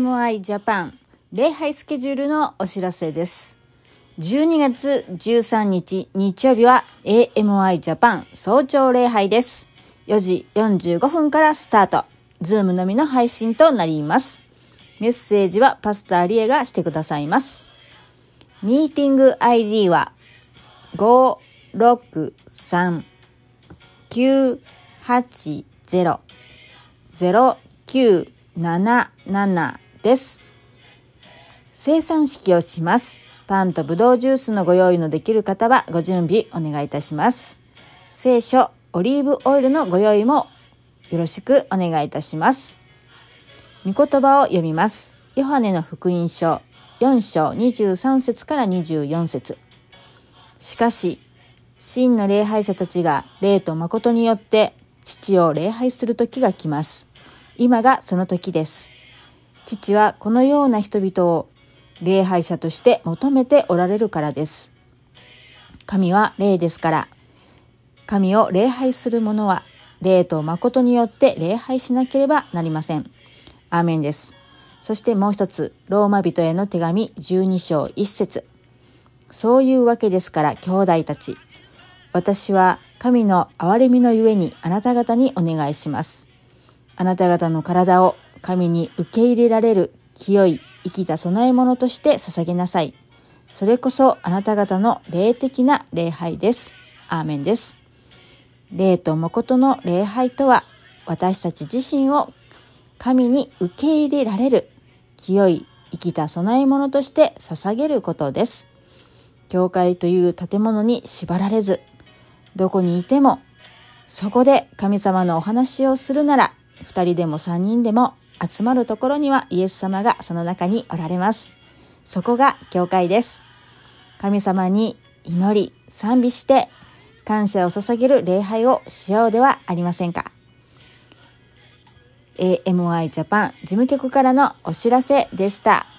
AMI ジャパン礼拝スケジュールのお知らせです。12月13日日曜日は AMI ジャパン早朝礼拝です。4時45分からスタート。ズームのみの配信となります。メッセージはパスタリエがしてくださいます。ミーティング ID は 563-980-0977 です。生産式をします。パンとブドウジュースのご用意のできる方はご準備お願いいたします。聖書、オリーブオイルのご用意もよろしくお願いいたします。御言葉を読みます。ヨハネの福音書4章23節から24節。しかし、真の礼拝者たちが霊と誠によって父を礼拝する時が来ます。今がその時です。父はこのような人々を礼拝者として求めておられるからです。神は霊ですから、神を礼拝する者は霊と誠によって礼拝しなければなりません。アーメンです。そしてもう一つ、ローマ人への手紙12章1節。そういうわけですから兄弟たち、私は神の憐れみのゆえにあなた方にお願いします。あなた方の体を神に受け入れられる清い生きた供え物として捧げなさい。それこそあなた方の霊的な礼拝です。アーメンです。霊と誠の礼拝とは、私たち自身を神に受け入れられる清い生きた供え物として捧げることです。教会という建物に縛られず、どこにいてもそこで神様のお話をするなら、2人でも3人でも集まるところにはイエス様がその中におられます。そこが教会です。神様に祈り賛美して感謝を捧げる礼拝をしようではありませんか。AMI ジャパン事務局からのお知らせでした。